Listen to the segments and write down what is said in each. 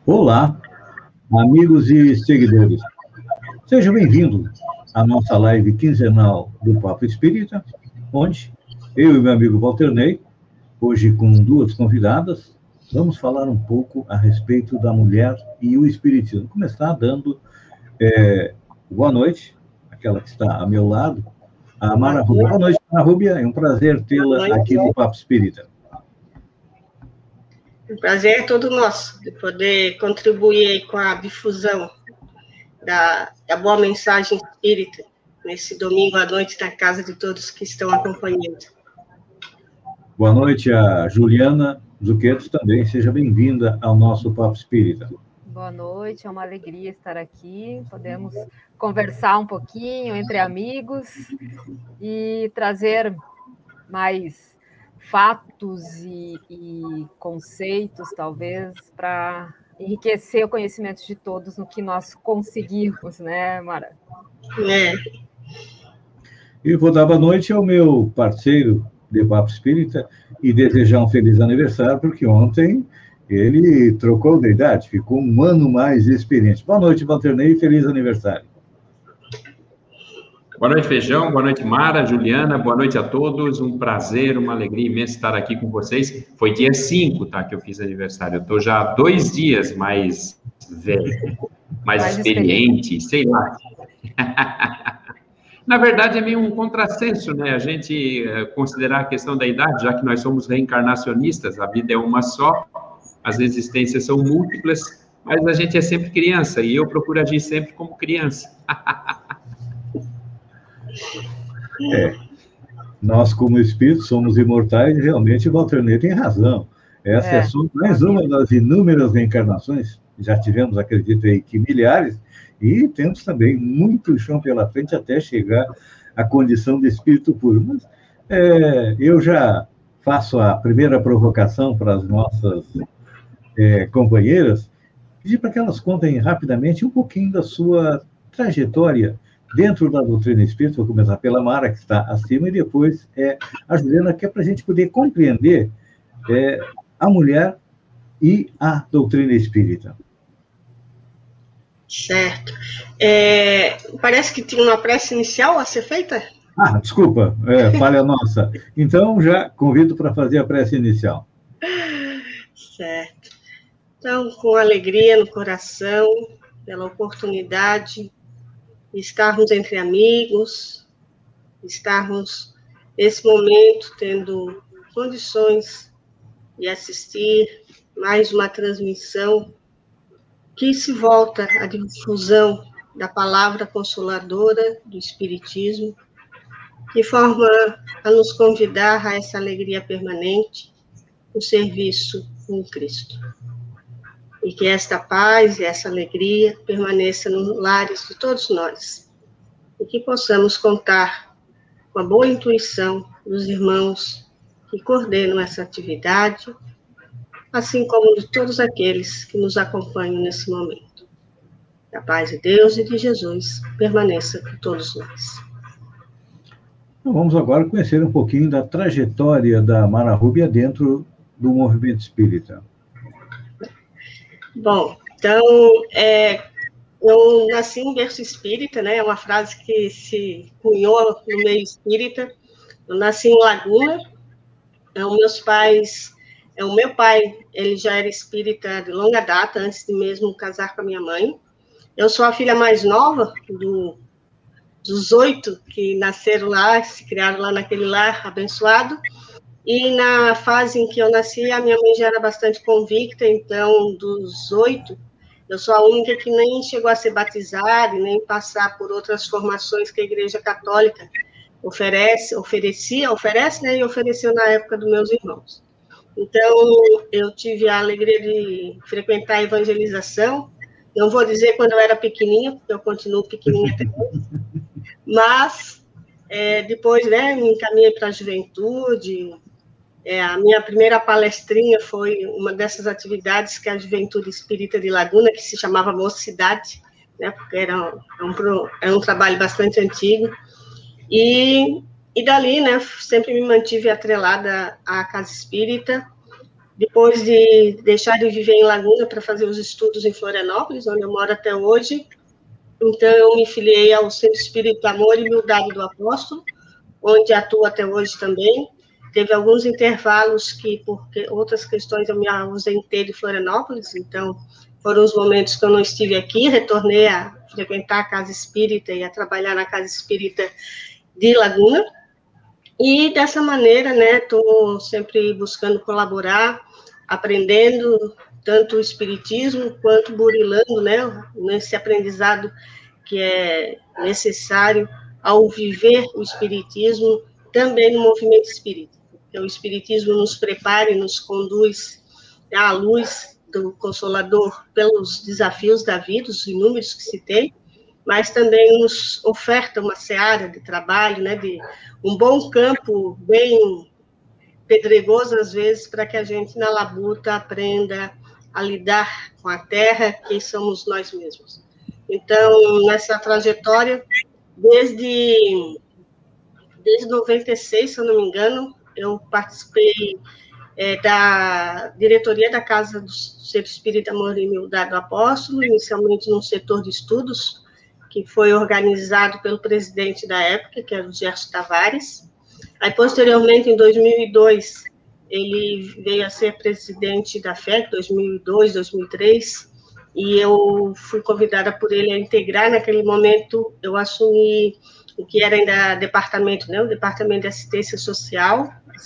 Olá, amigos e seguidores. Sejam bem-vindos à nossa live quinzenal do Papo Espírita, onde eu e meu amigo Walter Ney, hoje com duas convidadas, vamos falar um pouco a respeito da mulher e o espiritismo. Vou começar dando boa noite, aquela que está ao meu lado, a Boa Mara Rubia. Boa noite. noite, Mara Rubia. É um prazer Boa tê-la aqui noite. no Papo Espírita. O prazer é todo nosso de poder contribuir com a difusão da boa mensagem espírita nesse domingo à noite na casa de todos que estão acompanhando. Boa noite a Juliana Zucchetto também. Seja bem-vinda ao nosso Papo Espírita. Boa noite, é uma alegria estar aqui. Podemos conversar um pouquinho entre amigos e trazer mais fatos e conceitos, talvez, para enriquecer o conhecimento de todos no que nós conseguimos, né, Mara? E vou dar boa noite ao meu parceiro de Papo Espírita e desejar um feliz aniversário, porque ontem ele trocou de idade, ficou um ano mais experiente. Boa noite, Walter Ney, e feliz aniversário. Boa noite, Feijão. Boa noite, Mara, Juliana. Boa noite a todos. Um prazer, uma alegria imensa estar aqui com vocês. Foi dia 5, tá, que eu fiz aniversário. Eu estou já há 2 dias mais velho, mais experiente, sei lá. Na verdade, é meio um contrassenso, né? A gente considerar a questão da idade, já que nós somos reencarnacionistas, a vida é uma só, as existências são múltiplas, mas a gente é sempre criança, e eu procuro agir sempre como criança. Nós, como espíritos, somos imortais e realmente o Walter Ney tem razão. Essa é só mais uma das inúmeras reencarnações. Já tivemos, acredito aí, que milhares, e temos também muito chão pela frente até chegar à condição de espírito puro. Mas eu já faço a primeira provocação para as nossas companheiras, pedir para que elas contem rapidamente um pouquinho da sua trajetória dentro da doutrina espírita. Vou começar pela Mara, que está acima, e depois a Juliana, que é para a gente poder compreender a mulher e a doutrina espírita. Certo. Parece que tinha uma prece inicial a ser feita? Desculpa, falha nossa. Então, já convido para fazer a prece inicial. Certo. Então, com alegria no coração, pela oportunidade de estarmos entre amigos, estarmos nesse momento tendo condições de assistir mais uma transmissão que se volta à difusão da palavra consoladora do Espiritismo, de forma a nos convidar a essa alegria permanente, o serviço com Cristo. E que esta paz e essa alegria permaneça nos lares de todos nós. E que possamos contar com a boa intuição dos irmãos que coordenam essa atividade, assim como de todos aqueles que nos acompanham nesse momento. Que a paz de Deus e de Jesus permaneça com todos nós. Então, vamos agora conhecer um pouquinho da trajetória da Mara Rubia dentro do movimento espírita. Bom, então, eu nasci em berço espírita, né? É uma frase que se cunhou no meio espírita. Eu nasci em Laguna. O meu pai, ele já era espírita de longa data, antes de mesmo casar com a minha mãe. Eu sou a filha mais nova dos 8 que nasceram lá, se criaram lá naquele lar abençoado. E na fase em que eu nasci, a minha mãe já era bastante convicta, então, dos 8, eu sou a única que nem chegou a ser batizada e nem passar por outras formações que a Igreja Católica oferece, né, e ofereceu na época dos meus irmãos. Então, eu tive a alegria de frequentar a evangelização. Não vou dizer quando eu era pequenininha, porque eu continuo pequenininha até hoje, mas depois, né, me encaminhei para a juventude. A minha primeira palestrinha foi uma dessas atividades que a Juventude Espírita de Laguna, que se chamava Mocidade, né, porque era um trabalho bastante antigo. E dali, né, sempre me mantive atrelada à Casa Espírita. depois de deixar de viver em Laguna para fazer os estudos em Florianópolis, onde eu moro até hoje. Então, eu me filiei ao Centro Espírita Amor e Humildade do Apóstolo, onde atuo até hoje também. Teve alguns intervalos que, por outras questões, eu me ausentei de Florianópolis, então foram os momentos que eu não estive aqui, retornei a frequentar a Casa Espírita e a trabalhar na Casa Espírita de Laguna, e dessa maneira, né, estou sempre buscando colaborar, aprendendo tanto o Espiritismo quanto burilando, né, nesse aprendizado que é necessário ao viver o Espiritismo também no movimento espírita. Porque o Espiritismo nos prepara e nos conduz à luz do Consolador pelos desafios da vida, os inúmeros que se tem, mas também nos oferta uma seara de trabalho, né, de um bom campo, bem pedregoso às vezes, para que a gente na labuta aprenda a lidar com a terra, que somos nós mesmos. Então, nessa trajetória, desde 96, se eu não me engano, eu participei da diretoria da Casa do Centro Espírita Amor e Humildade do Apóstolo, inicialmente no setor de estudos, que foi organizado pelo presidente da época, que era o Gerson Tavares. Aí, posteriormente, em 2002, ele veio a ser presidente da FEC, 2002, 2003, e eu fui convidada por ele a integrar. Naquele momento, eu assumi o que era ainda departamento, né, o Departamento de Assistência Social,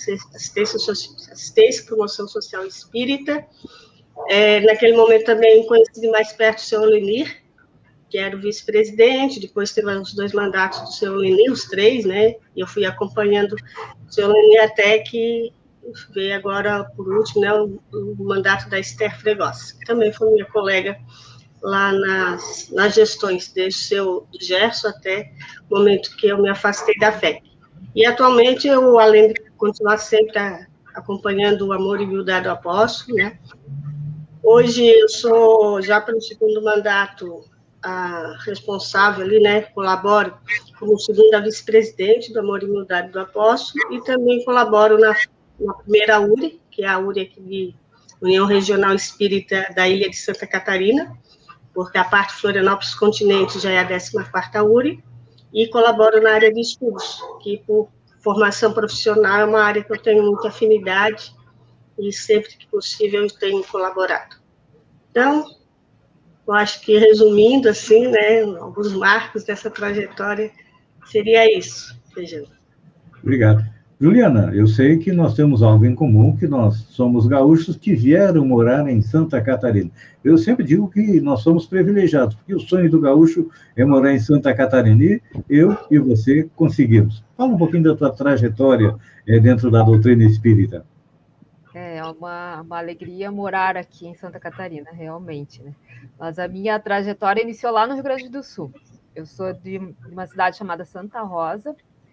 Assistência e Promoção Social Espírita. Naquele momento também conheci de mais perto o senhor Lenir, que era o vice-presidente, depois teve os 2 mandatos do senhor Lenir, os 3, né, e eu fui acompanhando o senhor Lenir até que veio agora, por último, né, o mandato da Esther Fregosi, que também foi minha colega lá nas gestões, desde do Gerson até o momento que eu me afastei da FEC. E atualmente eu, além de continuar sempre acompanhando o Amor e Humildade do Apóstolo, né, hoje eu sou, já pelo 2º mandato, a responsável ali, né, colaboro como segunda vice-presidente do Amor e Humildade do Apóstolo e também colaboro na primeira URI, que é a URI aqui de União Regional Espírita da Ilha de Santa Catarina, porque a parte Florianópolis Continente já é a 14ª URI, e colaboro na área de estudos, que por formação profissional é uma área que eu tenho muita afinidade e sempre que possível eu tenho colaborado. Então, eu acho que, resumindo, assim, né, alguns marcos dessa trajetória, seria isso, Regiane. Obrigado. Juliana, eu sei que nós temos algo em comum, que nós somos gaúchos que vieram morar em Santa Catarina. Eu sempre digo que nós somos privilegiados, porque o sonho do gaúcho é morar em Santa Catarina, e eu e você conseguimos. Fala um pouquinho da tua trajetória dentro da doutrina espírita. É uma alegria morar aqui em Santa Catarina, realmente, né? Mas a minha trajetória iniciou lá no Rio Grande do Sul. Eu sou de uma cidade chamada Santa Rosa,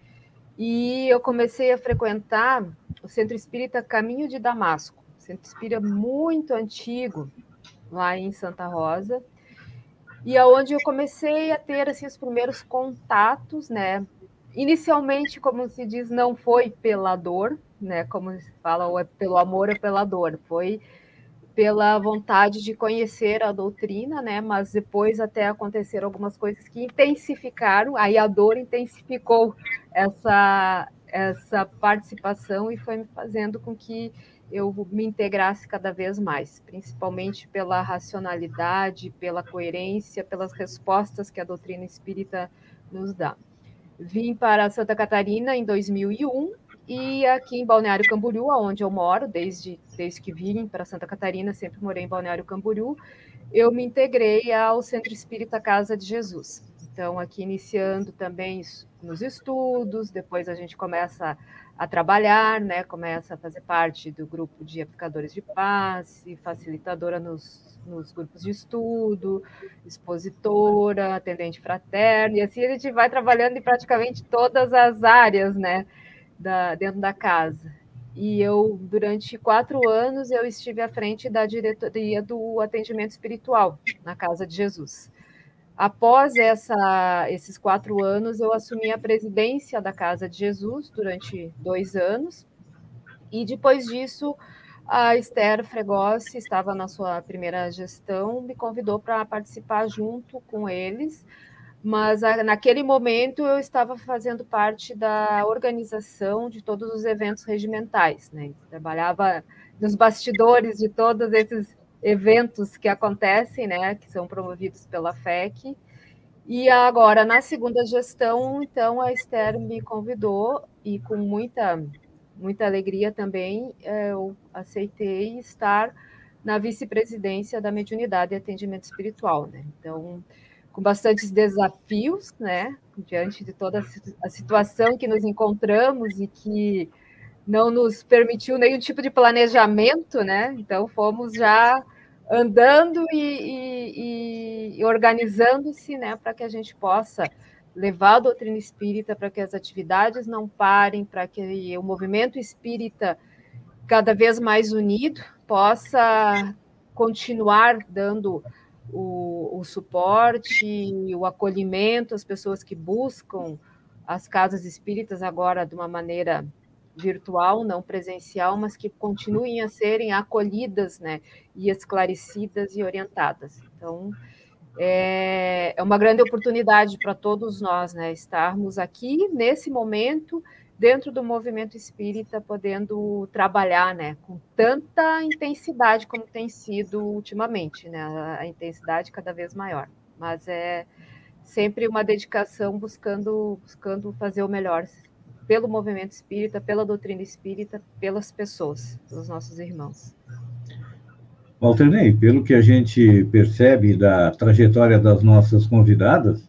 e eu comecei a frequentar o Centro Espírita Caminho de Damasco, centro espírita muito antigo, lá em Santa Rosa, e aonde eu comecei a ter assim, os primeiros contatos, né? Inicialmente, como se diz, não foi pela dor, né? Como se fala, ou é pelo amor ou pela dor, foi pela vontade de conhecer a doutrina, né? Mas depois até aconteceram algumas coisas que intensificaram, aí a dor intensificou essa participação e foi me fazendo com que eu me integrasse cada vez mais, principalmente pela racionalidade, pela coerência, pelas respostas que a doutrina espírita nos dá. Vim para Santa Catarina em 2001, e aqui em Balneário Camboriú, onde eu moro, desde que vim para Santa Catarina, sempre morei em Balneário Camboriú, eu me integrei ao Centro Espírita Casa de Jesus. Então, aqui iniciando também nos estudos, depois a gente começa a trabalhar, né? Começa a fazer parte do grupo de aplicadores de passe, facilitadora nos grupos de estudo, expositora, atendente fraterno, e assim a gente vai trabalhando em praticamente todas as áreas, né? Dentro da casa. E eu, durante 4 anos, eu estive à frente da diretoria do atendimento espiritual na Casa de Jesus. Após esses 4 anos, eu assumi a presidência da Casa de Jesus durante 2 anos, e depois disso a Esther Fregosi estava na sua primeira gestão, me convidou para participar junto com eles, mas naquele momento eu estava fazendo parte da organização de todos os eventos regimentais, né? Trabalhava nos bastidores de todos esses eventos que acontecem, né? Que são promovidos pela FEC. E agora, na segunda gestão, então, a Esther me convidou e com muita alegria também, eu aceitei estar na vice-presidência da Mediunidade e Atendimento Espiritual, né? Então, com bastantes desafios, né? Diante de toda a situação que nos encontramos e que não nos permitiu nenhum tipo de planejamento, né? Então, fomos já andando e organizando-se, né, para que a gente possa levar a doutrina espírita, para que as atividades não parem, para que o movimento espírita, cada vez mais unido, possa continuar dando o suporte, o acolhimento às pessoas que buscam as casas espíritas agora de uma maneira virtual, não presencial, mas que continuem a serem acolhidas, né, e esclarecidas e orientadas. Então, é uma grande oportunidade para todos nós, né, estarmos aqui, nesse momento, dentro do movimento espírita, podendo trabalhar, né, com tanta intensidade como tem sido ultimamente, né, a intensidade cada vez maior. Mas é sempre uma dedicação buscando fazer o melhor pelo movimento espírita, pela doutrina espírita, pelas pessoas, pelos nossos irmãos. Walternei, pelo que a gente percebe da trajetória das nossas convidadas,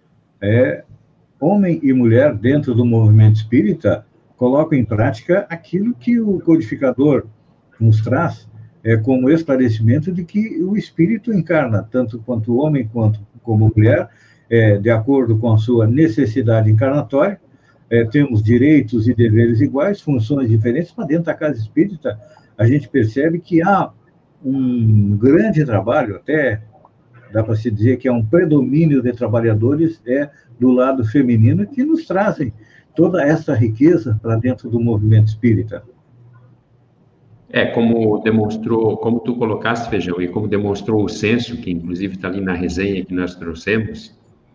homem e mulher dentro do movimento espírita colocam em prática aquilo que o codificador nos traz como esclarecimento de que o espírito encarna, tanto quanto homem quanto como mulher, de acordo com a sua necessidade encarnatória. Temos direitos e deveres iguais, funções diferentes, mas dentro da casa espírita a gente percebe que há um grande trabalho, até dá para se dizer que é um predomínio de trabalhadores do lado feminino, que nos trazem toda essa riqueza para dentro do movimento espírita. Como demonstrou, como tu colocaste, Feijão, e como demonstrou o censo, que inclusive está ali na resenha que nós trouxemos,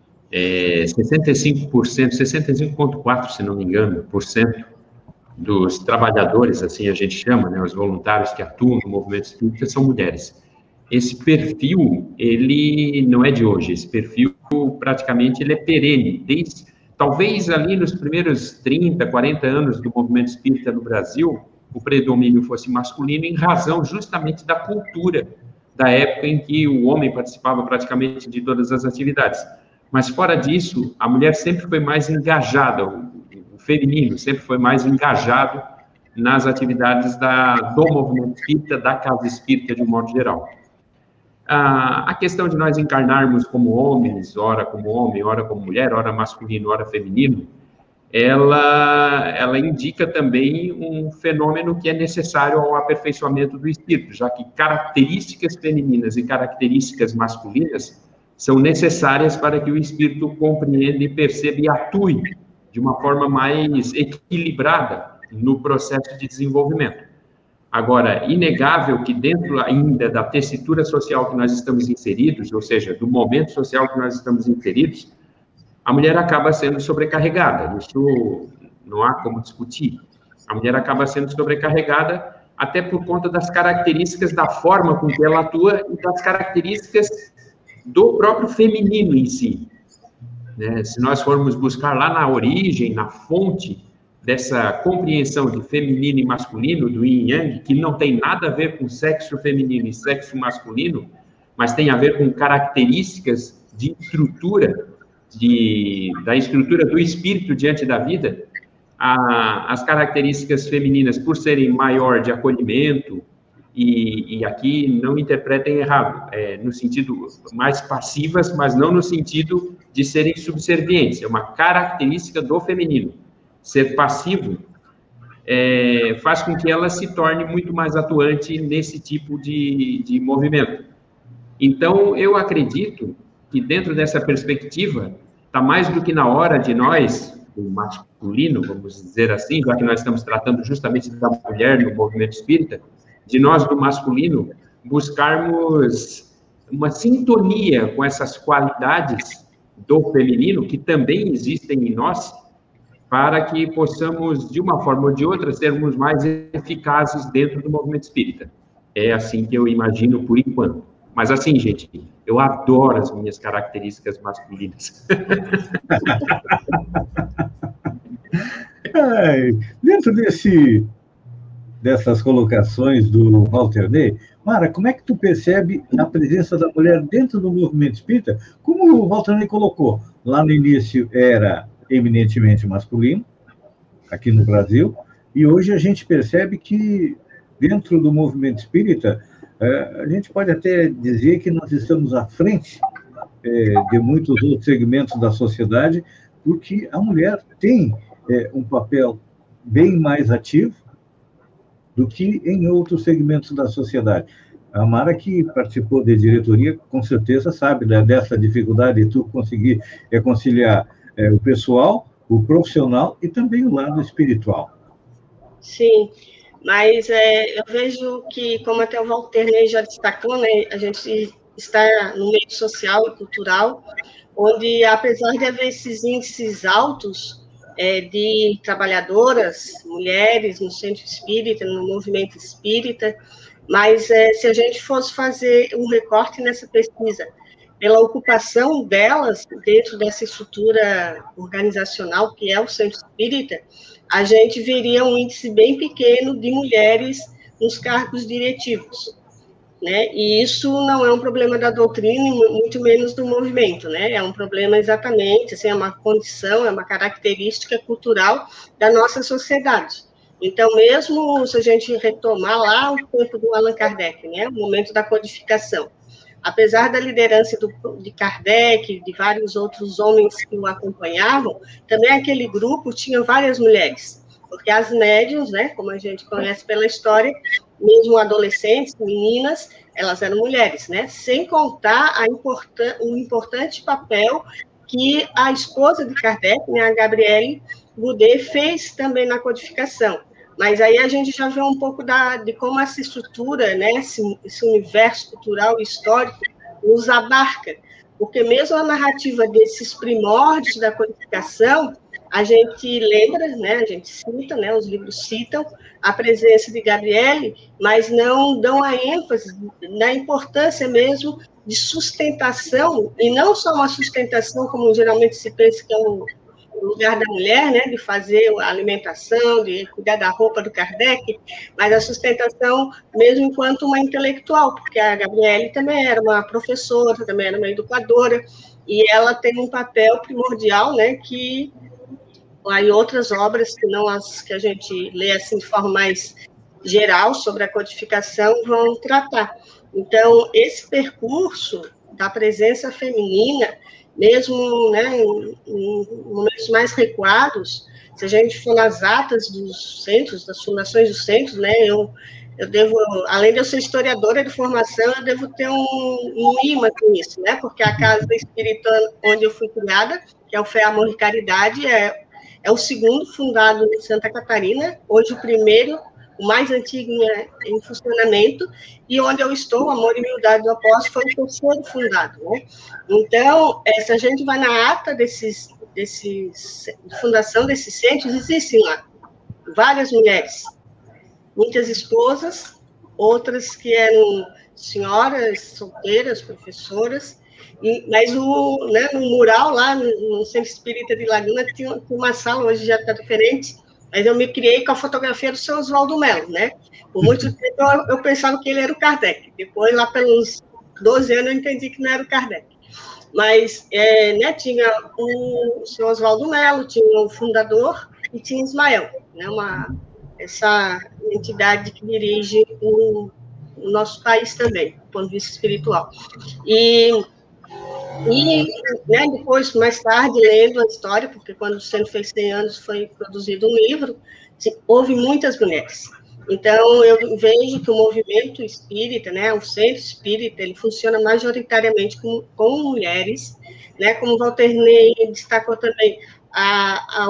65%, 65,4%, se não me engano, dos trabalhadores, assim a gente chama, né, os voluntários que atuam no movimento espírita, são mulheres. Esse perfil, ele não é de hoje, esse perfil praticamente ele é perene, talvez ali nos primeiros 30, 40 anos do movimento espírita no Brasil, o predomínio fosse masculino em razão justamente da cultura da época em que o homem participava praticamente de todas as atividades. Mas, fora disso, a mulher sempre foi mais engajada, o feminino sempre foi mais engajado nas atividades do movimento espírita, da casa espírita, de um modo geral. A questão de nós encarnarmos como homens, ora como homem, ora como mulher, ora masculino, ora feminino, ela indica também um fenômeno que é necessário ao aperfeiçoamento do espírito, já que características femininas e características masculinas são necessárias para que o espírito compreenda e perceba e atue de uma forma mais equilibrada no processo de desenvolvimento. Agora, inegável que dentro ainda da tessitura social que nós estamos inseridos, ou seja, do momento social que nós estamos inseridos, a mulher acaba sendo sobrecarregada, isso não há como discutir. A mulher acaba sendo sobrecarregada até por conta das características da forma com que ela atua e das características do próprio feminino em si. Né? Se nós formos buscar lá na origem, na fonte dessa compreensão de feminino e masculino, do yin e yang, que não tem nada a ver com sexo feminino e sexo masculino, mas tem a ver com características de estrutura, da estrutura do espírito diante da vida, as características femininas, por serem maior de acolhimento, e aqui não interpretem errado, no sentido mais passivas, mas não no sentido de serem subservientes, é uma característica do feminino. Ser passivo faz com que ela se torne muito mais atuante nesse tipo de movimento. Então, eu acredito que dentro dessa perspectiva, está mais do que na hora de nós, o masculino, vamos dizer assim, já que nós estamos tratando justamente da mulher no movimento espírita, de nós do masculino buscarmos uma sintonia com essas qualidades do feminino que também existem em nós, para que possamos, de uma forma ou de outra, sermos mais eficazes dentro do movimento espírita. É assim que eu imagino por enquanto. Mas assim, gente, eu adoro as minhas características masculinas. Dentro dessas colocações do Walter Ney, Mara, como é que tu percebe a presença da mulher dentro do movimento espírita? Como o Walter Ney colocou, lá no início era eminentemente masculino, aqui no Brasil, e hoje a gente percebe que dentro do movimento espírita, a gente pode até dizer que nós estamos à frente de muitos outros segmentos da sociedade, porque a mulher tem um papel bem mais ativo do que em outros segmentos da sociedade. A Mara, que participou de diretoria, com certeza sabe dessa dificuldade de tu conseguir conciliar o pessoal, o profissional e também o lado espiritual. Sim, mas eu vejo que, como até o Walter Ney já destacou, né, a gente está no meio social e cultural, onde, apesar de haver esses índices altos de trabalhadoras, mulheres no centro espírita, no movimento espírita, mas se a gente fosse fazer um recorte nessa pesquisa, pela ocupação delas dentro dessa estrutura organizacional que é o centro espírita, a gente veria um índice bem pequeno de mulheres nos cargos diretivos, né? E isso não é um problema da doutrina, muito menos do movimento, né? É um problema exatamente, assim, é uma condição, é uma característica cultural da nossa sociedade. Então, mesmo se a gente retomar lá o tempo do Allan Kardec, né? O momento da codificação, apesar da liderança de Kardec, de vários outros homens que o acompanhavam, também aquele grupo tinha várias mulheres, porque as médiuns, né, como a gente conhece pela história, mesmo adolescentes, meninas, elas eram mulheres, né, sem contar o importante papel que a esposa de Kardec, né, a Gabrielle Goudet, fez também na codificação. Mas aí a gente já vê um pouco de como essa estrutura, né, esse universo cultural e histórico nos abarca, porque mesmo a narrativa desses primórdios da codificação, a gente lembra, né, a gente cita, né, os livros citam a presença de Gabrielle, mas não dão a ênfase na importância mesmo de sustentação, e não só uma sustentação, como geralmente se pensa que é o lugar da mulher, né, de fazer a alimentação, de cuidar da roupa do Kardec, mas a sustentação mesmo enquanto uma intelectual, porque a Gabrielle também era uma professora, também era uma educadora, e ela tem um papel primordial, né, que aí outras obras, que não as que a gente lê assim de forma mais geral sobre a codificação, vão tratar. Então, esse percurso da presença feminina, mesmo, né, em momentos mais recuados, se a gente for nas atas dos centros, das fundações dos centros, né, eu devo, além de eu ser historiadora de formação, eu devo ter um imã com isso, né, porque a casa espírita onde eu fui criada, que é o Fé, Amor e Caridade, é o segundo fundado em Santa Catarina, hoje o primeiro, o mais antigo em funcionamento, e onde eu estou, Amor e Humildade do Apóstolo, foi o terceiro fundado, né? Então, se a gente vai na ata de fundação desses centros, existem lá várias mulheres, muitas esposas, outras que eram senhoras solteiras, professoras, mas no mural lá no Centro Espírita de Laguna tinha uma sala, hoje já está diferente, mas eu me criei com a fotografia do seu Oswaldo Mello, né? Por muito tempo eu pensava que ele era o Kardec. Depois, lá pelos 12 anos, eu entendi que não era o Kardec. Mas né, tinha o seu Oswaldo Mello, tinha o fundador e tinha Ismael, né? Essa entidade que dirige o nosso país também, do ponto de vista espiritual. E né, depois, mais tarde, lendo a história, porque quando o centro fez 100 anos foi produzido um livro, assim, houve muitas mulheres. Então, eu vejo que o movimento espírita, né, o centro espírita, ele funciona majoritariamente com mulheres, né, como o Walter Ney destacou também,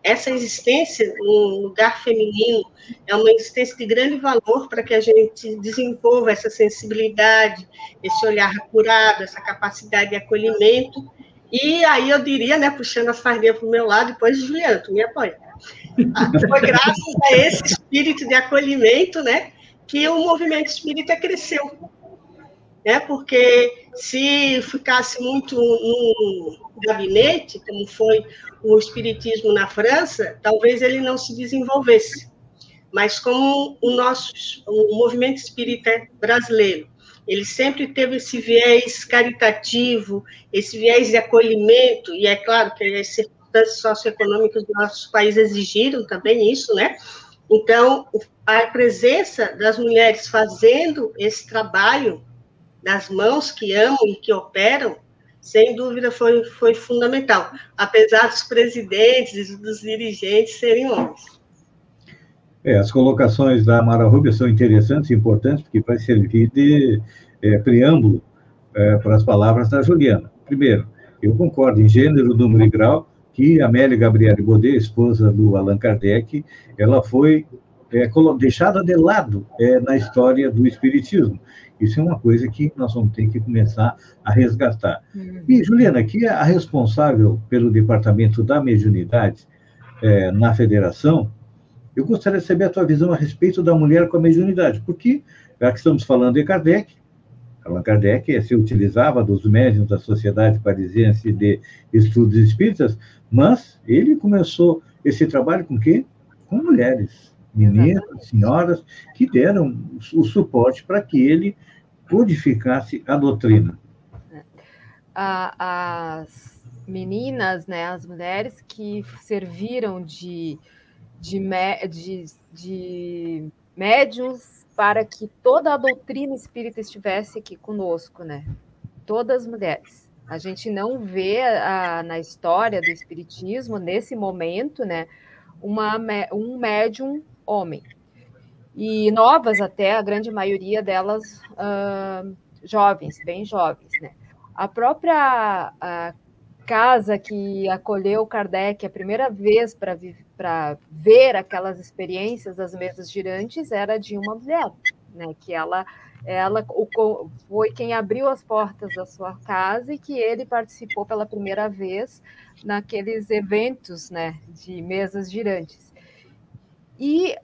essa existência no lugar feminino é uma existência de grande valor para que a gente desenvolva essa sensibilidade, esse olhar curado, essa capacidade de acolhimento. E aí eu diria, né, puxando a sardinha para o meu lado, depois, Juliana, tu me apoia. Foi graças a esse espírito de acolhimento, né, que o movimento espírita cresceu. Né, porque se ficasse muito no gabinete, como foi o espiritismo na França, talvez ele não se desenvolvesse. Mas como o movimento espírita brasileiro, ele sempre teve esse viés caritativo, esse viés de acolhimento, e é claro que as circunstâncias socioeconômicas do nosso país exigiram também isso, né? Então, a presença das mulheres fazendo esse trabalho das mãos que amam e que operam, sem dúvida foi fundamental, apesar dos presidentes e dos dirigentes serem homens. As colocações da Amara Rubio são interessantes e importantes, porque vai servir de preâmbulo para as palavras da Juliana. Primeiro, eu concordo em gênero, número e grau que Amélie Gabrielle Baudet, esposa do Allan Kardec, ela foi deixada de lado na história do espiritismo. Isso é uma coisa que nós vamos ter que começar a resgatar. E, Juliana, que é a responsável pelo departamento da mediunidade na federação, eu gostaria de saber a tua visão a respeito da mulher com a mediunidade, porque, já que estamos falando de Kardec, Allan Kardec se utilizava dos médiuns da Sociedade Parisiense de Estudos Espíritas, mas ele começou esse trabalho com quê? Com mulheres, meninas, senhoras, que deram o suporte para que ele codificasse a doutrina. As meninas, né, as mulheres que serviram de médiuns para que toda a doutrina espírita estivesse aqui conosco, né? Todas as mulheres. A gente não vê na história do espiritismo, nesse momento, né, um médium homem. E novas até, a grande maioria delas jovens, bem jovens, né? A própria casa que acolheu Kardec a primeira vez para ver aquelas experiências das mesas girantes era de uma mulher, né? Que ela foi quem abriu as portas da sua casa e que ele participou pela primeira vez naqueles eventos, né, de mesas girantes. E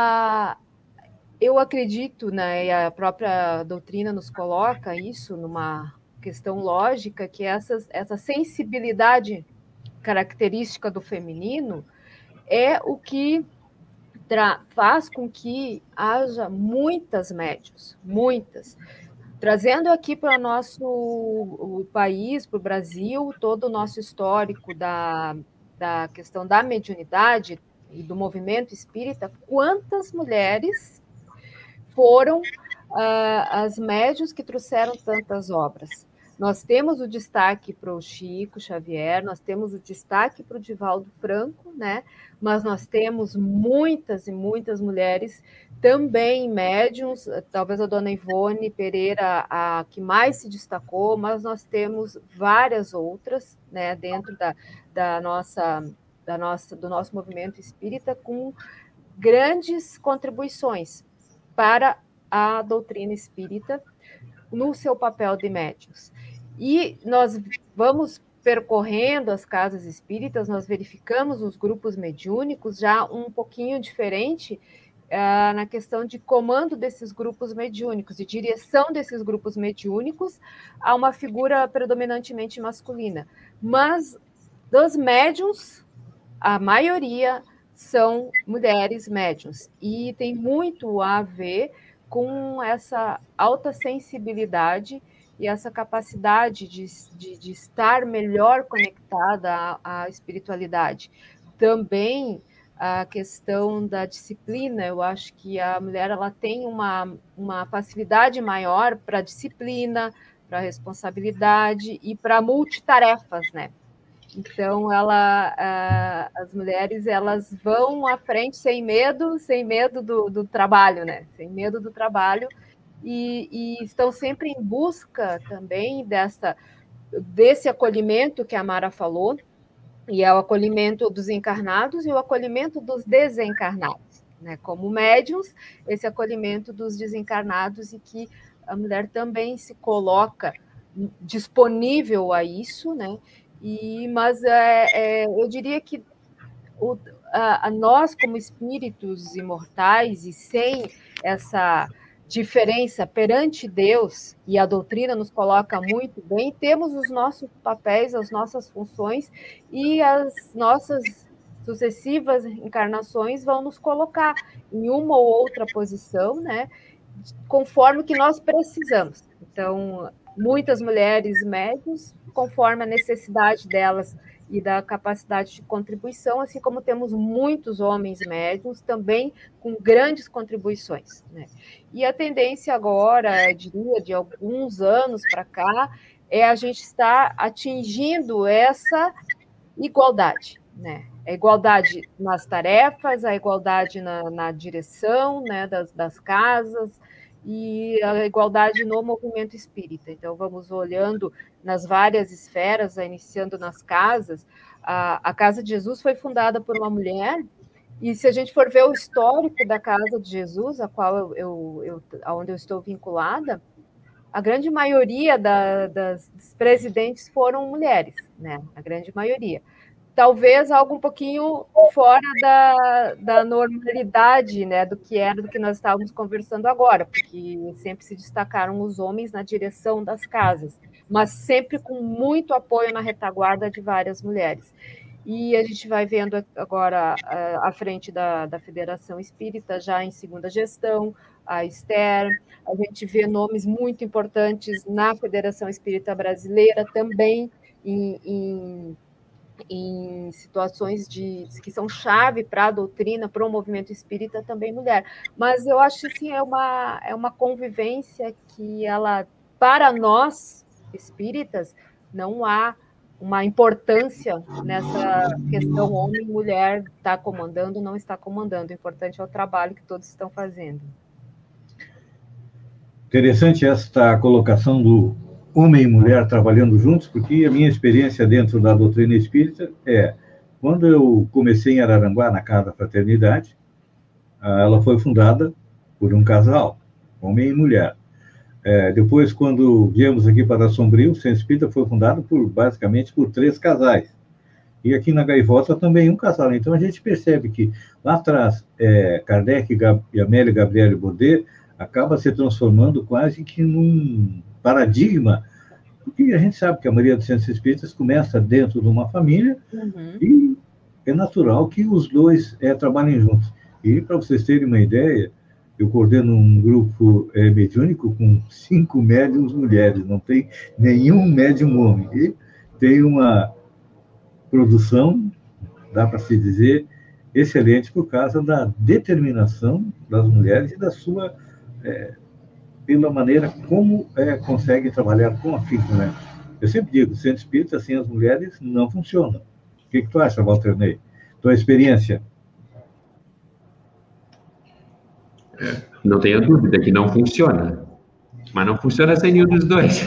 eu acredito, né, e a própria doutrina nos coloca isso numa questão lógica, que essa sensibilidade característica do feminino é o que faz com que haja muitas médiuns, muitas. Trazendo aqui para o nosso país, para o Brasil, todo o nosso histórico da questão da mediunidade e do movimento espírita, quantas mulheres foram as médiuns que trouxeram tantas obras. Nós temos o destaque para o Chico Xavier, nós temos o destaque para o Divaldo Franco, né? Mas nós temos muitas e muitas mulheres também médiuns, talvez a dona Ivone Pereira, a que mais se destacou, mas nós temos várias outras, né, dentro do nosso movimento espírita, com grandes contribuições para a doutrina espírita no seu papel de médiuns. E nós vamos percorrendo as casas espíritas, nós verificamos os grupos mediúnicos já um pouquinho diferente na questão de comando desses grupos mediúnicos, de direção desses grupos mediúnicos a uma figura predominantemente masculina. Mas dos médiuns, a maioria são mulheres médiuns, e tem muito a ver com essa alta sensibilidade e essa capacidade de estar melhor conectada à espiritualidade. Também a questão da disciplina, eu acho que a mulher ela tem uma facilidade maior para a disciplina, para a responsabilidade e para multitarefas, né? Então, as mulheres elas vão à frente sem medo do trabalho, né? Sem medo do trabalho, e estão sempre em busca também desse acolhimento que a Mara falou, E é o acolhimento dos encarnados e o acolhimento dos desencarnados, né? Como médiuns, esse acolhimento dos desencarnados, e que a mulher também se coloca disponível a isso, né? Mas eu diria que nós, como espíritos imortais, e sem essa diferença perante Deus, e a doutrina nos coloca muito bem, temos os nossos papéis, as nossas funções, e as nossas sucessivas encarnações vão nos colocar em uma ou outra posição, né, conforme que nós precisamos. Então, muitas mulheres médiuns, conforme a necessidade delas e da capacidade de contribuição, assim como temos muitos homens médiuns também com grandes contribuições, né? E a tendência agora, eu diria, de alguns anos para cá, é a gente estar atingindo essa igualdade, né? A igualdade nas tarefas, a igualdade na direção, né, das casas, e a igualdade no movimento espírita. Então, vamos olhando nas várias esferas, iniciando nas casas. A Casa de Jesus foi fundada por uma mulher, e se a gente for ver o histórico da Casa de Jesus, a qual onde eu estou vinculada, a grande maioria dos presidentes foram mulheres, né? A grande maioria. Talvez algo um pouquinho fora da normalidade, né, do que nós estávamos conversando agora, porque sempre se destacaram os homens na direção das casas, mas sempre com muito apoio na retaguarda de várias mulheres. E a gente vai vendo agora à frente da Federação Espírita, já em segunda gestão, a Esther, a gente vê nomes muito importantes na Federação Espírita Brasileira também, em situações que são chave para a doutrina, para o movimento espírita, também mulher. Mas eu acho que assim, é uma convivência que ela, para nós espíritas, não há uma importância nessa questão homem e mulher, está comandando, não está comandando. O importante é o trabalho que todos estão fazendo. Interessante esta colocação do homem e mulher trabalhando juntos, porque a minha experiência dentro da doutrina espírita quando eu comecei em Araranguá, na Casa da Fraternidade, ela foi fundada por um casal, homem e mulher. Depois, quando viemos aqui para Sombrio, o Centro Espírita foi fundado basicamente por 3 casais. E aqui na Gaivota também um casal. Então, a gente percebe que lá atrás, Kardec e Amélia Gabriele Baudet acaba se transformando quase que num paradigma, porque a gente sabe que a maioria dos centros espíritas começa dentro de uma família, e é natural que os dois trabalhem juntos. E, para vocês terem uma ideia, eu coordeno um grupo mediúnico com 5 médiums mulheres, não tem nenhum médium homem. E tem uma produção, dá para se dizer, excelente por causa da determinação das mulheres e da sua... pela maneira como consegue trabalhar com a filha, né? Eu sempre digo, o centro espírita, sem as mulheres, não funciona. O que tu acha, Walter Ney? Tua experiência? Não tenho dúvida que não funciona. Mas não funciona sem nenhum dos dois.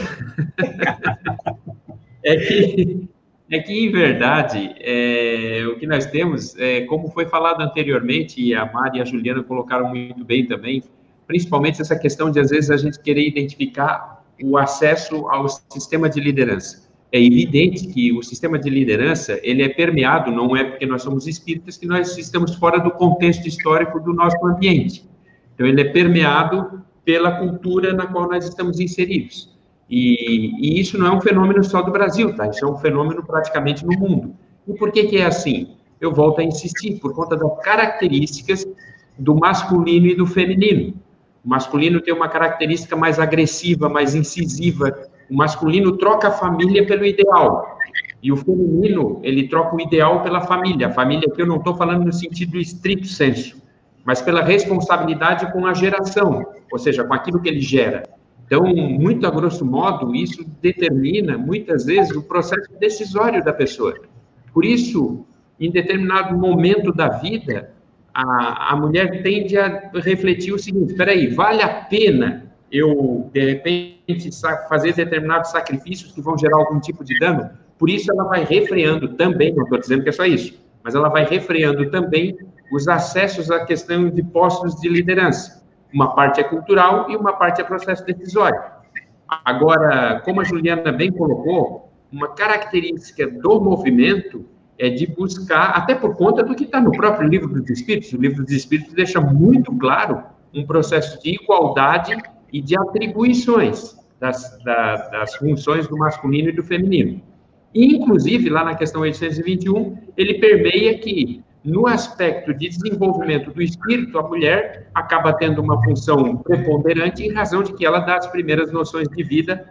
É que, em verdade, o que nós temos, como foi falado anteriormente, e a Mari e a Juliana colocaram muito bem também, principalmente essa questão de, às vezes, a gente querer identificar o acesso ao sistema de liderança. É evidente que o sistema de liderança, ele é permeado, não é porque nós somos espíritas que nós estamos fora do contexto histórico do nosso ambiente. Então, ele é permeado pela cultura na qual nós estamos inseridos. E isso não é um fenômeno só do Brasil, tá? Isso é um fenômeno praticamente no mundo. E por que é assim? Eu volto a insistir, por conta das características do masculino e do feminino. O masculino tem uma característica mais agressiva, mais incisiva. O masculino troca a família pelo ideal. E o feminino, ele troca o ideal pela família. A família aqui eu não estou falando no sentido estrito sensu, mas pela responsabilidade com a geração, ou seja, com aquilo que ele gera. Então, muito a grosso modo, isso determina, muitas vezes, o processo decisório da pessoa. Por isso, em determinado momento da vida, a mulher tende a refletir o seguinte: espera aí, vale a pena eu, de repente, fazer determinados sacrifícios que vão gerar algum tipo de dano? Por isso, ela vai refreando também, não estou dizendo que é só isso, mas ela vai refreando também os acessos à questão de postos de liderança. Uma parte é cultural e uma parte é processo decisório. Agora, como a Juliana bem colocou, uma característica do movimento é de buscar, até por conta do que está no próprio Livro dos Espíritos. O Livro dos Espíritos deixa muito claro um processo de igualdade e de atribuições das funções do masculino e do feminino. E, inclusive, lá na questão 821, ele permeia que, no aspecto de desenvolvimento do espírito, a mulher acaba tendo uma função preponderante em razão de que ela dá as primeiras noções de vida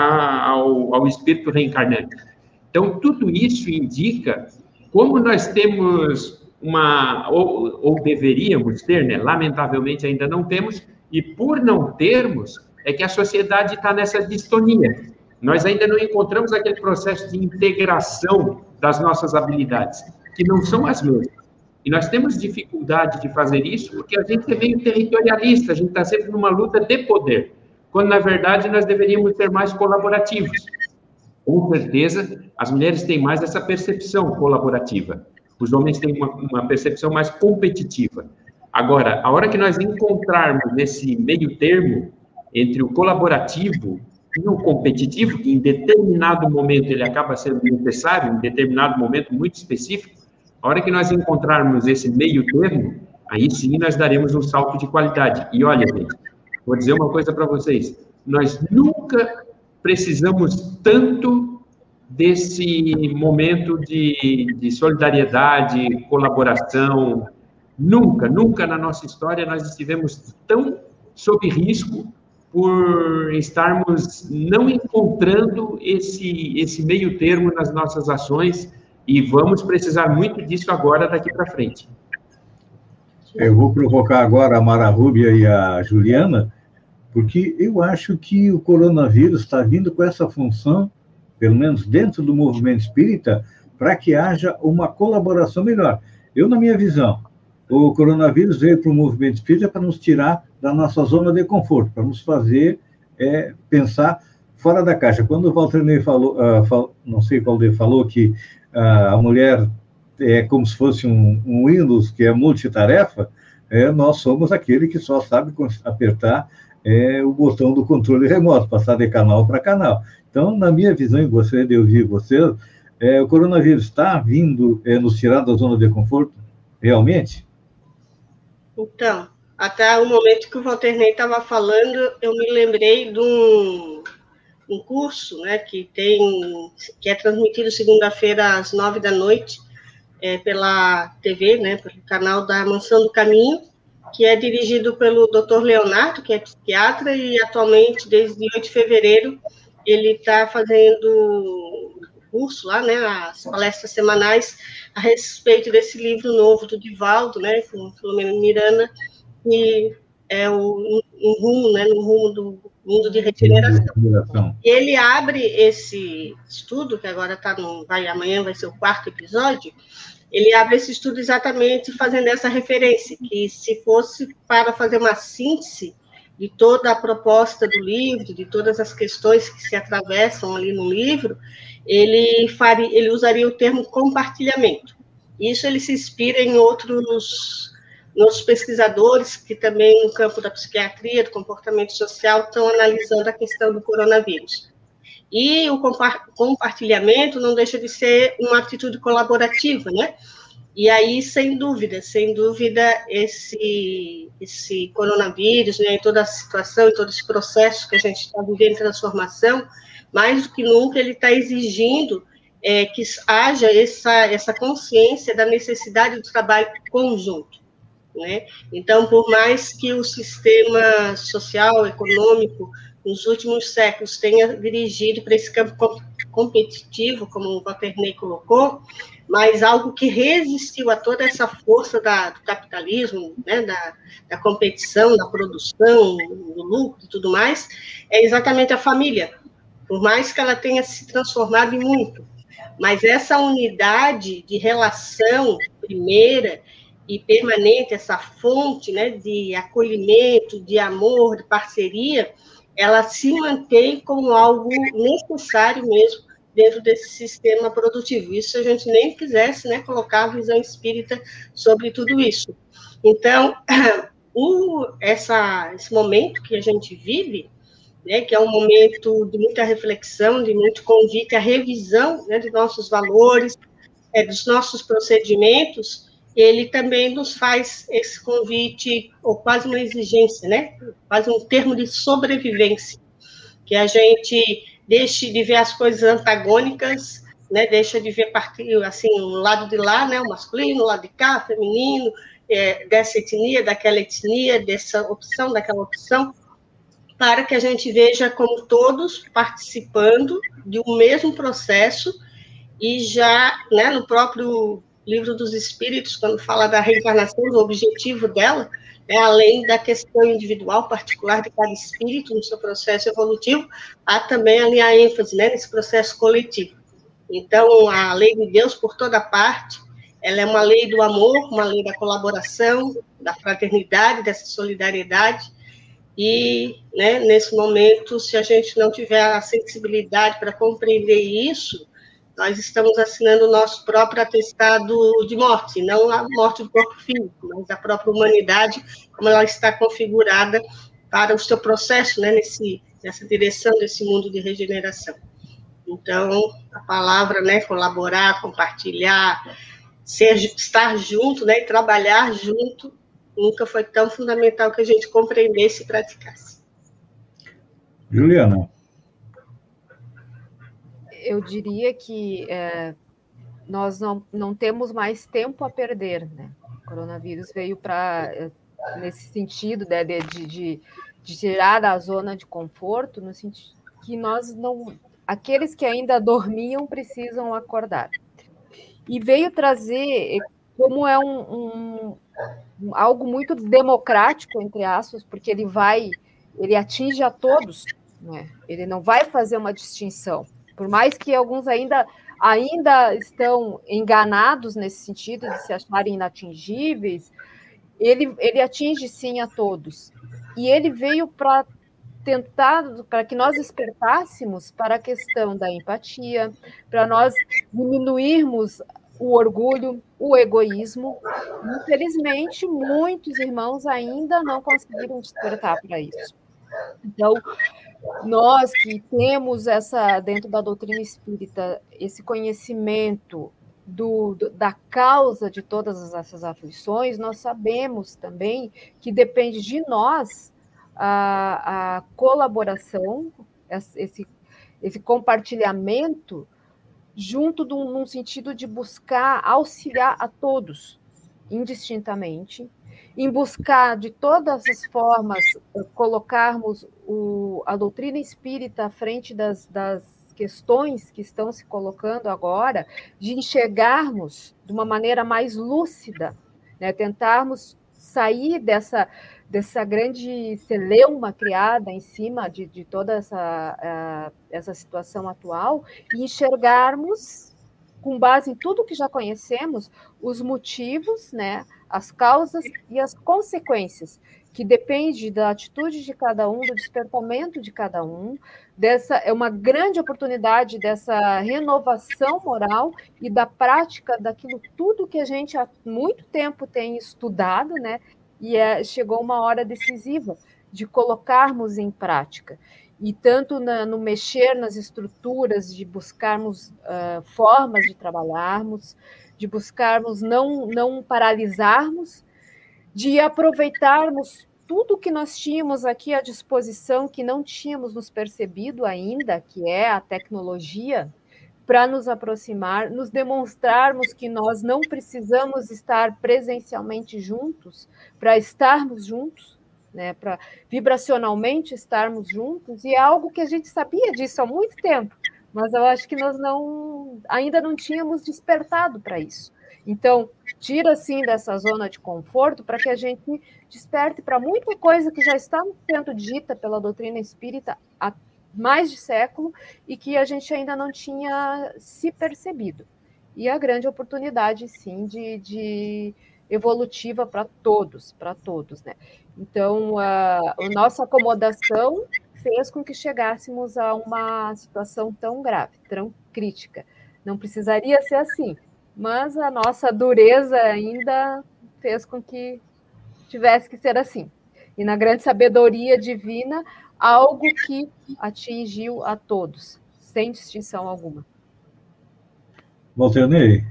ao espírito reencarnante. Então, tudo isso indica como nós temos ou deveríamos ter, né? Lamentavelmente ainda não temos, e por não termos, é que a sociedade está nessa distonia. Nós ainda não encontramos aquele processo de integração das nossas habilidades, que não são as mesmas. E nós temos dificuldade de fazer isso porque a gente é meio territorialista, a gente está sempre numa luta de poder, quando, na verdade, nós deveríamos ser mais colaborativos. Com certeza, as mulheres têm mais essa percepção colaborativa. Os homens têm uma percepção mais competitiva. Agora, a hora que nós encontrarmos esse meio termo entre o colaborativo e o competitivo, que em determinado momento ele acaba sendo necessário, em determinado momento muito específico, a hora que nós encontrarmos esse meio termo, aí sim nós daremos um salto de qualidade. E olha, gente, vou dizer uma coisa para vocês, nós nunca precisamos tanto desse momento de solidariedade, colaboração. Nunca, nunca na nossa história nós estivemos tão sob risco por estarmos não encontrando esse meio termo nas nossas ações, e vamos precisar muito disso agora, daqui para frente. Eu vou provocar agora a Mara Rúbia e a Juliana, porque eu acho que o coronavírus está vindo com essa função, pelo menos dentro do movimento espírita, para que haja uma colaboração melhor. Eu, na minha visão, o coronavírus veio para o movimento espírita para nos tirar da nossa zona de conforto, para nos fazer pensar fora da caixa. Quando o Walter Ney falou, não sei qual dele falou, que a mulher é como se fosse um Windows, que é multitarefa, nós somos aquele que só sabe apertar o botão do controle remoto, passar de canal para canal. Então, na minha visão, e gostaria de ouvir vocês, o coronavírus está vindo nos tirar da zona de conforto, realmente? Então, até o momento que o Walter Ney estava falando, eu me lembrei de um curso, né, que é transmitido segunda-feira às 9h, pela TV, né, pelo canal da Mansão do Caminho, que é dirigido pelo Dr. Leonardo, que é psiquiatra, e atualmente, desde 8 de fevereiro, ele está fazendo curso lá, né, as palestras semanais a respeito desse livro novo do Divaldo, né, com Filomena Miranda, que é no rumo do mundo de regeneração. E ele abre esse estudo, que agora amanhã vai ser o 4º episódio, ele abre esse estudo exatamente fazendo essa referência, que se fosse para fazer uma síntese de toda a proposta do livro, de todas as questões que se atravessam ali no livro, ele usaria o termo compartilhamento. Isso ele se inspira em outros pesquisadores que também no campo da psiquiatria, do comportamento social, estão analisando a questão do coronavírus. E o compartilhamento não deixa de ser uma atitude colaborativa, né? E aí, sem dúvida, esse coronavírus, né, toda a situação e todo esse processo que a gente está vivendo de transformação, mais do que nunca, ele está exigindo que haja essa consciência da necessidade do trabalho conjunto, né? Então, por mais que o sistema social, econômico, nos últimos séculos tenha dirigido para esse campo competitivo, como o Walter Ney colocou, mas algo que resistiu a toda essa força do capitalismo, né, da competição, da produção, do lucro e tudo mais, é exatamente a família. Por mais que ela tenha se transformado em muito, mas essa unidade de relação primeira e permanente, essa fonte, né, de acolhimento, de amor, de parceria, ela se mantém como algo necessário mesmo dentro desse sistema produtivo. Isso se a gente nem quisesse, né, colocar a visão espírita sobre tudo isso. Então, esse momento que a gente vive, né, que é um momento de muita reflexão, de muito convite à revisão, né, de nossos valores, dos nossos procedimentos, ele também nos faz esse convite, ou quase uma exigência, né, quase um termo de sobrevivência, que a gente deixe de ver as coisas antagônicas, né, deixa de ver assim, o lado de lá, né, o masculino, o lado de cá, o feminino, dessa etnia, daquela etnia, dessa opção, daquela opção, para que a gente veja como todos participando de um mesmo processo, e já, né, no próprio Livro dos Espíritos, quando fala da reencarnação, o objetivo dela, além da questão individual, particular de cada espírito no seu processo evolutivo, há também ali a ênfase, né, nesse processo coletivo. Então, a lei de Deus, por toda parte, ela é uma lei do amor, uma lei da colaboração, da fraternidade, dessa solidariedade, e, né, nesse momento, se a gente não tiver a sensibilidade para compreender isso, nós estamos assinando o nosso próprio atestado de morte, não a morte do corpo físico, mas a própria humanidade, como ela está configurada para o seu processo, né, nessa direção desse mundo de regeneração. Então, a palavra, né, colaborar, compartilhar, estar junto, né, e trabalhar junto, nunca foi tão fundamental que a gente compreendesse e praticasse. Juliana. Eu diria que nós não temos mais tempo a perder, né? O coronavírus veio para, nesse sentido, né, de tirar da zona de conforto, no sentido que nós não... Aqueles que ainda dormiam precisam acordar. E veio trazer, como é algo muito democrático, entre aspas, porque ele atinge a todos, né? Ele não vai fazer uma distinção. Por mais que alguns ainda estão enganados nesse sentido de se acharem inatingíveis, ele atinge sim a todos. E ele veio para que nós despertássemos para a questão da empatia, para nós diminuirmos o orgulho, o egoísmo. Infelizmente, muitos irmãos ainda não conseguiram despertar para isso. Então, nós que temos dentro da doutrina espírita, esse conhecimento da causa de todas essas aflições, nós sabemos também que depende de nós a colaboração, esse compartilhamento, junto num sentido de buscar auxiliar a todos, indistintamente, em buscar, de todas as formas, colocarmos a doutrina espírita à frente das questões que estão se colocando agora, de enxergarmos de uma maneira mais lúcida, né? Tentarmos sair dessa grande celeuma criada em cima de toda essa situação atual e enxergarmos, com base em tudo que já conhecemos, os motivos, né, as causas e as consequências, que depende da atitude de cada um, do despertamento de cada um. É uma grande oportunidade dessa renovação moral e da prática daquilo tudo que a gente há muito tempo tem estudado, né? E chegou uma hora decisiva de colocarmos em prática. E tanto no mexer nas estruturas, de buscarmos formas de trabalharmos, de buscarmos não paralisarmos, de aproveitarmos tudo que nós tínhamos aqui à disposição, que não tínhamos nos percebido ainda, que é a tecnologia, para nos aproximar, nos demonstrarmos que nós não precisamos estar presencialmente juntos para estarmos juntos, né, para vibracionalmente estarmos juntos, e é algo que a gente sabia disso há muito tempo, mas eu acho que nós ainda não tínhamos despertado para isso. Então, tira, sim, dessa zona de conforto para que a gente desperte para muita coisa que já está sendo dita pela doutrina espírita há mais de século e que a gente ainda não tinha se percebido. E a grande oportunidade, sim, de evolutiva para todos, né? Então, a nossa acomodação fez com que chegássemos a uma situação tão grave, tão crítica. Não precisaria ser assim, mas a nossa dureza ainda fez com que tivesse que ser assim. E na grande sabedoria divina, algo que atingiu a todos, sem distinção alguma. Walter Ney?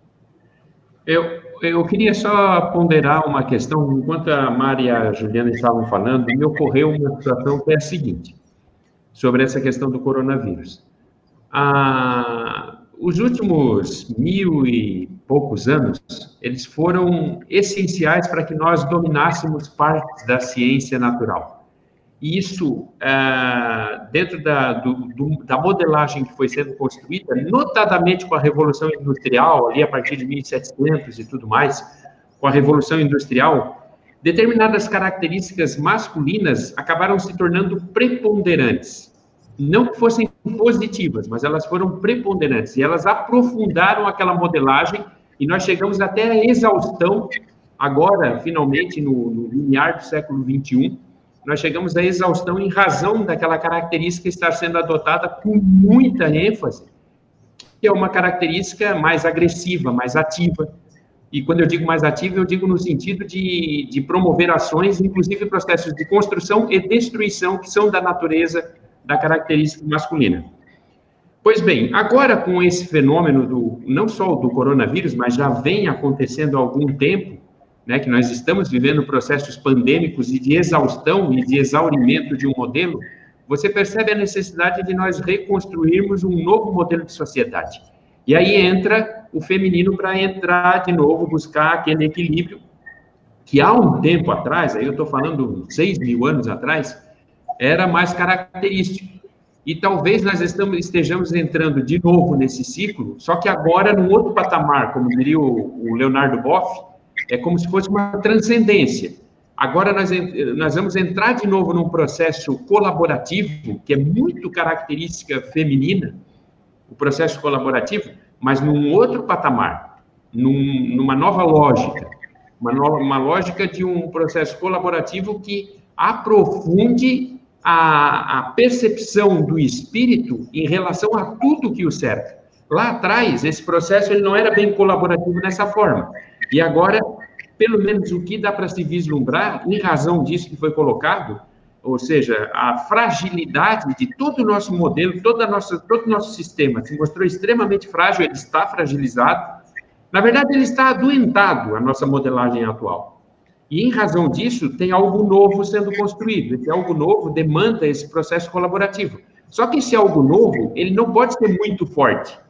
Eu queria só ponderar uma questão. Enquanto a Mari e a Juliana estavam falando, me ocorreu uma situação que é a seguinte, sobre essa questão do coronavírus. Os últimos 1000 e poucos anos, eles foram essenciais para que nós dominássemos partes da ciência natural. E isso, dentro da modelagem que foi sendo construída, notadamente com a Revolução Industrial, ali a partir de 1700 e tudo mais, com a Revolução Industrial, determinadas características masculinas acabaram se tornando preponderantes. Não que fossem positivas, mas elas foram preponderantes, e elas aprofundaram aquela modelagem, e nós chegamos até a exaustão, agora, finalmente, no limiar do século XXI, nós chegamos à exaustão em razão daquela característica estar sendo adotada com muita ênfase, que é uma característica mais agressiva, mais ativa. E quando eu digo mais ativa, eu digo no sentido de promover ações, inclusive processos de construção e destruição, que são da natureza da característica masculina. Pois bem, agora com esse fenômeno não só do coronavírus, mas já vem acontecendo há algum tempo, né, que nós estamos vivendo processos pandêmicos e de exaustão e de exaurimento de um modelo, você percebe a necessidade de nós reconstruirmos um novo modelo de sociedade. E aí entra o feminino para entrar de novo, buscar aquele equilíbrio que há um tempo atrás, aí eu estou falando 6.000 anos atrás, era mais característico. E talvez nós estejamos entrando de novo nesse ciclo, só que agora num outro patamar, como diria o Leonardo Boff, é como se fosse uma transcendência. Agora nós vamos entrar de novo num processo colaborativo, que é muito característica feminina, o processo colaborativo, mas num outro patamar, numa nova lógica, uma lógica de um processo colaborativo que aprofunde a percepção do espírito em relação a tudo que o cerca. Lá atrás, esse processo ele não era bem colaborativo dessa forma. E agora, pelo menos o que dá para se vislumbrar, em razão disso que foi colocado, ou seja, a fragilidade de todo o nosso modelo, todo o nosso sistema se mostrou extremamente frágil, ele está fragilizado. Na verdade, ele está adoentado, a nossa modelagem atual. E, em razão disso, tem algo novo sendo construído. Esse algo novo demanda esse processo colaborativo. Só que esse algo novo, ele não pode ser muito forte.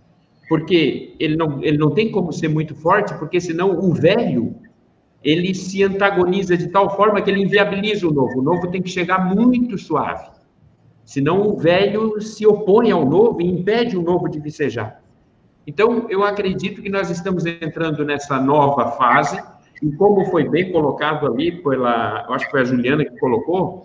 Porque ele não tem como ser muito forte, porque senão o velho, ele se antagoniza de tal forma que ele inviabiliza o novo. O novo tem que chegar muito suave. Senão o velho se opõe ao novo e impede o novo de vicejar. Então, eu acredito que nós estamos entrando nessa nova fase, e como foi bem colocado ali, eu acho que foi a Juliana que colocou,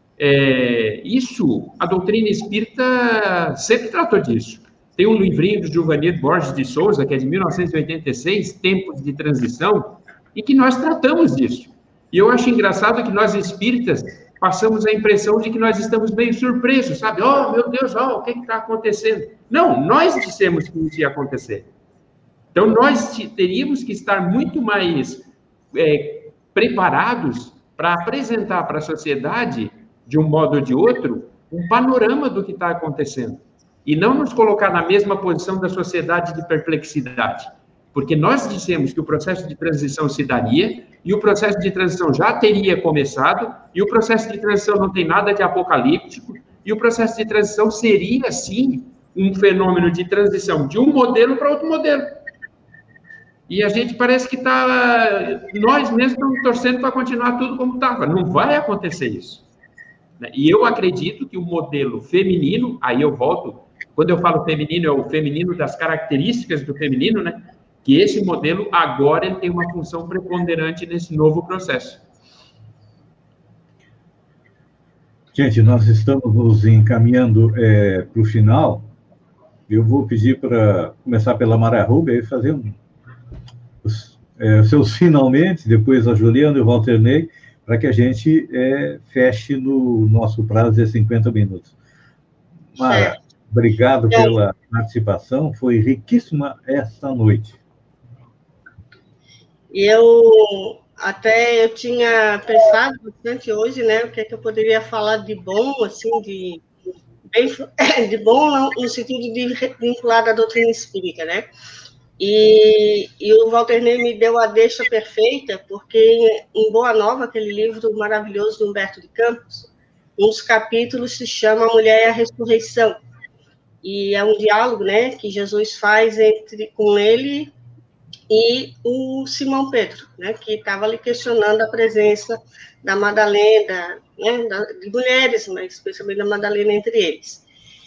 a doutrina espírita sempre tratou disso. Tem um livrinho do Giovanni Borges de Souza, que é de 1986, Tempos de Transição, e que nós tratamos disso. E eu acho engraçado que nós espíritas passamos a impressão de que nós estamos meio surpresos, sabe? Oh, meu Deus, o que está acontecendo? Não, nós dissemos que isso ia acontecer. Então, nós teríamos que estar muito mais preparados para apresentar para a sociedade, de um modo ou de outro, um panorama do que está acontecendo. E não nos colocar na mesma posição da sociedade de perplexidade. Porque nós dissemos que o processo de transição se daria, e o processo de transição já teria começado, e o processo de transição não tem nada de apocalíptico, e o processo de transição seria, sim, um fenômeno de transição de um modelo para outro modelo. E a gente parece que nós mesmos estamos torcendo para continuar tudo como estava. Não vai acontecer isso. E eu acredito que o modelo feminino, aí eu volto, quando eu falo feminino, é o feminino das características do feminino, né? Que esse modelo, agora, ele tem uma função preponderante nesse novo processo. Gente, nós estamos nos encaminhando para o final. Eu vou pedir para começar pela Mara Rubia e fazer os seus finalmente, depois a Juliana e o Walter Ney, para que a gente feche no nosso prazo de 50 minutos. Mara, obrigado pela participação, foi riquíssima esta noite. E eu tinha pensado bastante hoje, né, o que é que eu poderia falar de bom, assim, de bom no sentido de vincular à doutrina espírita, né? E o Walter Ney me deu a deixa perfeita, porque em Boa Nova, aquele livro maravilhoso do Humberto de Campos, um dos capítulos se chama A Mulher e a Ressurreição. E é um diálogo, né, que Jesus faz com ele e o Simão Pedro, né, que estava ali questionando a presença da Madalena, né, de mulheres, mas especialmente da Madalena entre eles.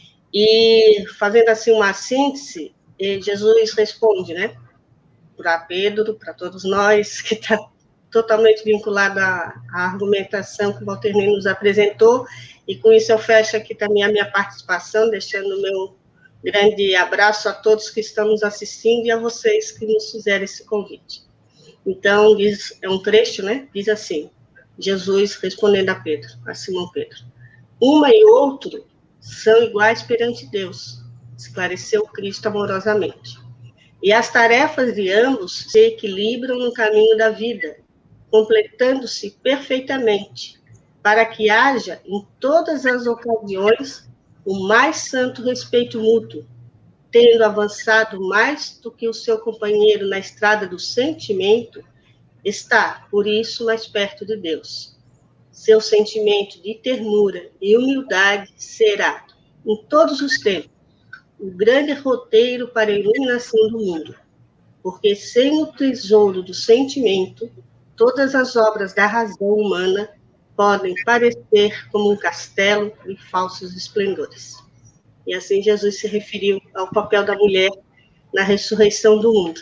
E fazendo assim uma síntese, Jesus responde, né, para Pedro, para todos nós, que está totalmente vinculado à argumentação que o Walter Ney nos apresentou, e com isso eu fecho aqui também a minha participação, deixando o meu grande abraço a todos que estão nos assistindo e a vocês que nos fizeram esse convite. Então, é um trecho, né? Diz assim, Jesus respondendo a Simão Pedro, uma e outro são iguais perante Deus, esclareceu Cristo amorosamente. E as tarefas de ambos se equilibram no caminho da vida, completando-se perfeitamente, para que haja, em todas as ocasiões, o mais santo respeito mútuo, tendo avançado mais do que o seu companheiro na estrada do sentimento, está, por isso, mais perto de Deus. Seu sentimento de ternura e humildade será, em todos os tempos, o grande roteiro para a iluminação do mundo, porque sem o tesouro do sentimento, todas as obras da razão humana podem parecer como um castelo de falsos esplendores. E assim Jesus se referiu ao papel da mulher na ressurreição do mundo.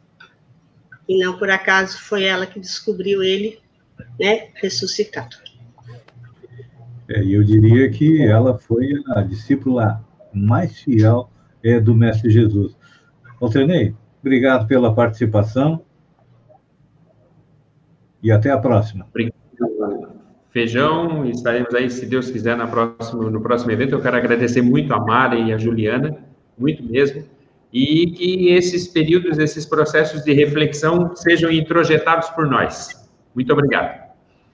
E não por acaso foi ela que descobriu ele, né, ressuscitado. E eu diria que ela foi a discípula mais fiel do Mestre Jesus. Walter Ney, obrigado pela participação e até a próxima. Obrigado, Feijão. Estaremos aí, se Deus quiser, no próximo evento. Eu quero agradecer muito a Mara e a Juliana, muito mesmo, e que esses períodos, esses processos de reflexão sejam introjetados por nós. Muito obrigado.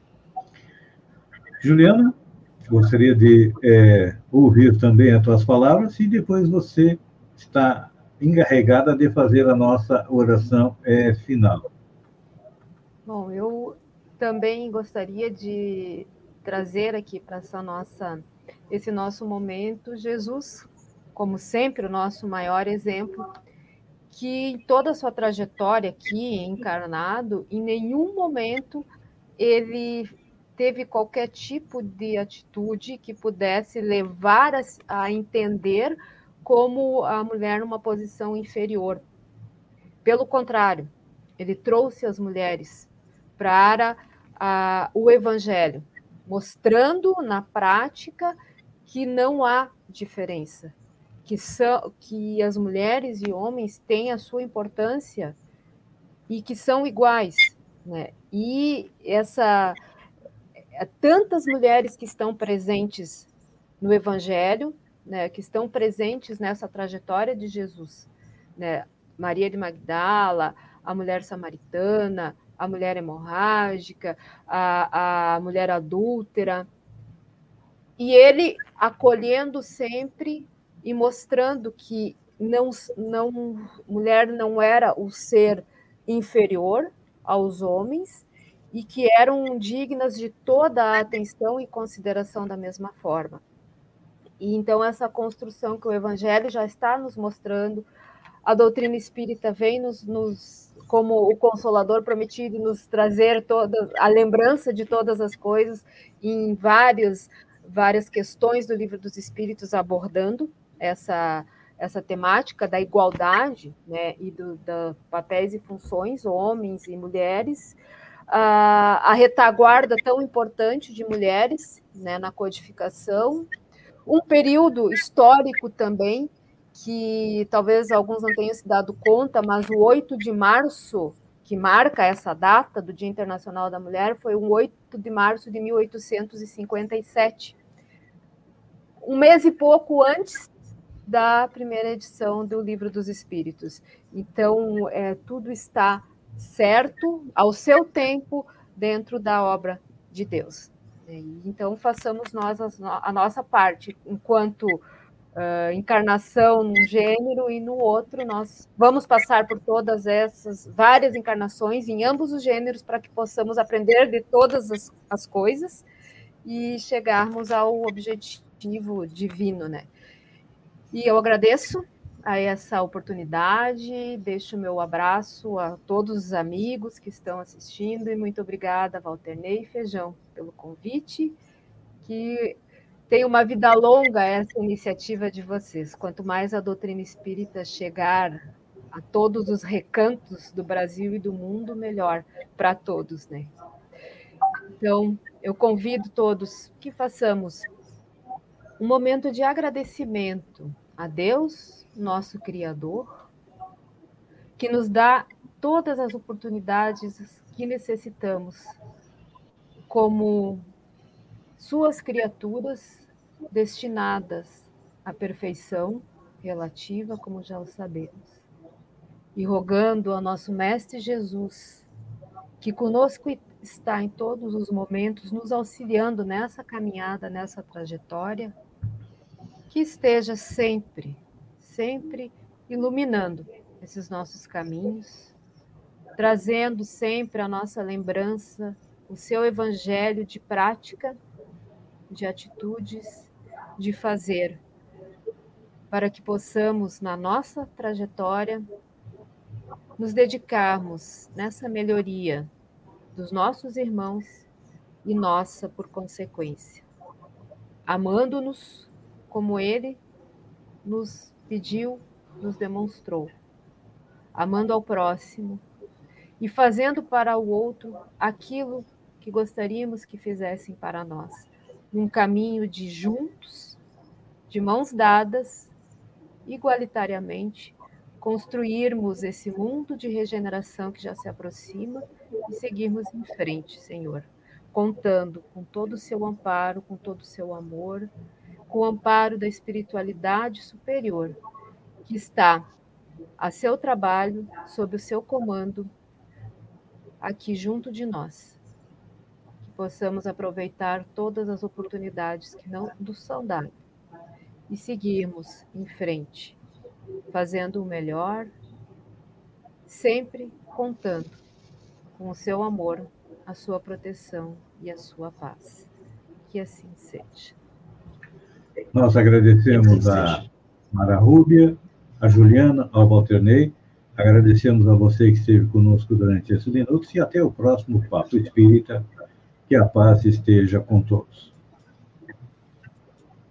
Juliana, gostaria de ouvir também as tuas palavras e depois você está encarregada de fazer a nossa oração final. Bom, eu também gostaria de trazer aqui para esse nosso momento Jesus, como sempre, o nosso maior exemplo, que em toda a sua trajetória aqui encarnado, em nenhum momento ele teve qualquer tipo de atitude que pudesse levar a entender como a mulher numa posição inferior. Pelo contrário, ele trouxe as mulheres para o Evangelho, mostrando na prática que não há diferença, que as mulheres e homens têm a sua importância e que são iguais, né? E tantas mulheres que estão presentes no Evangelho, né, que estão presentes nessa trajetória de Jesus, né? Maria de Magdala, a mulher samaritana, a mulher hemorrágica, a mulher adúltera, e ele acolhendo sempre e mostrando que mulher não era o ser inferior aos homens e que eram dignas de toda a atenção e consideração da mesma forma. E então essa construção que o Evangelho já está nos mostrando, a doutrina espírita vem como o Consolador prometido, nos trazer a lembrança de todas as coisas em várias questões do Livro dos Espíritos abordando essa temática da igualdade, né, e da papéis e funções, homens e mulheres, a retaguarda tão importante de mulheres, né, na codificação, um período histórico também, que talvez alguns não tenham se dado conta, mas o 8 de março que marca essa data do Dia Internacional da Mulher foi o 8 de março de 1857, um mês e pouco antes da primeira edição do Livro dos Espíritos. Então, tudo está certo, ao seu tempo, dentro da obra de Deus. Então, façamos nós a nossa parte, enquanto encarnação num gênero, e no outro nós vamos passar por todas essas várias encarnações em ambos os gêneros para que possamos aprender de todas as coisas e chegarmos ao objetivo divino, né? E eu agradeço a essa oportunidade, deixo o meu abraço a todos os amigos que estão assistindo e muito obrigada, Walternei e Feijão, pelo convite, que tem uma vida longa essa iniciativa de vocês. Quanto mais a doutrina espírita chegar a todos os recantos do Brasil e do mundo, melhor para todos, né? Então, eu convido todos que façamos um momento de agradecimento a Deus, nosso Criador, que nos dá todas as oportunidades que necessitamos como suas criaturas destinadas à perfeição relativa, como já o sabemos. E rogando ao nosso Mestre Jesus, que conosco está em todos os momentos, nos auxiliando nessa caminhada, nessa trajetória, que esteja sempre, sempre iluminando esses nossos caminhos, trazendo sempre à nossa lembrança o seu evangelho de prática, de atitudes, de fazer, para que possamos, na nossa trajetória, nos dedicarmos nessa melhoria dos nossos irmãos e nossa por consequência, amando-nos como Ele nos pediu, nos demonstrou, amando ao próximo e fazendo para o outro aquilo que gostaríamos que fizessem para nós, num caminho de juntos, de mãos dadas, igualitariamente, construirmos esse mundo de regeneração que já se aproxima e seguirmos em frente, Senhor, contando com todo o seu amparo, com todo o seu amor, com o amparo da espiritualidade superior, que está a seu trabalho, sob o seu comando, aqui junto de nós. Que possamos aproveitar todas as oportunidades que não nos são dadas e seguirmos em frente, fazendo o melhor, sempre contando com o seu amor, a sua proteção e a sua paz. Que assim seja. Nós agradecemos a Mara Rúbia, a Juliana, ao Walternei, agradecemos a você que esteve conosco durante esses minutos e até o próximo Papo Espírita. Que a paz esteja com todos.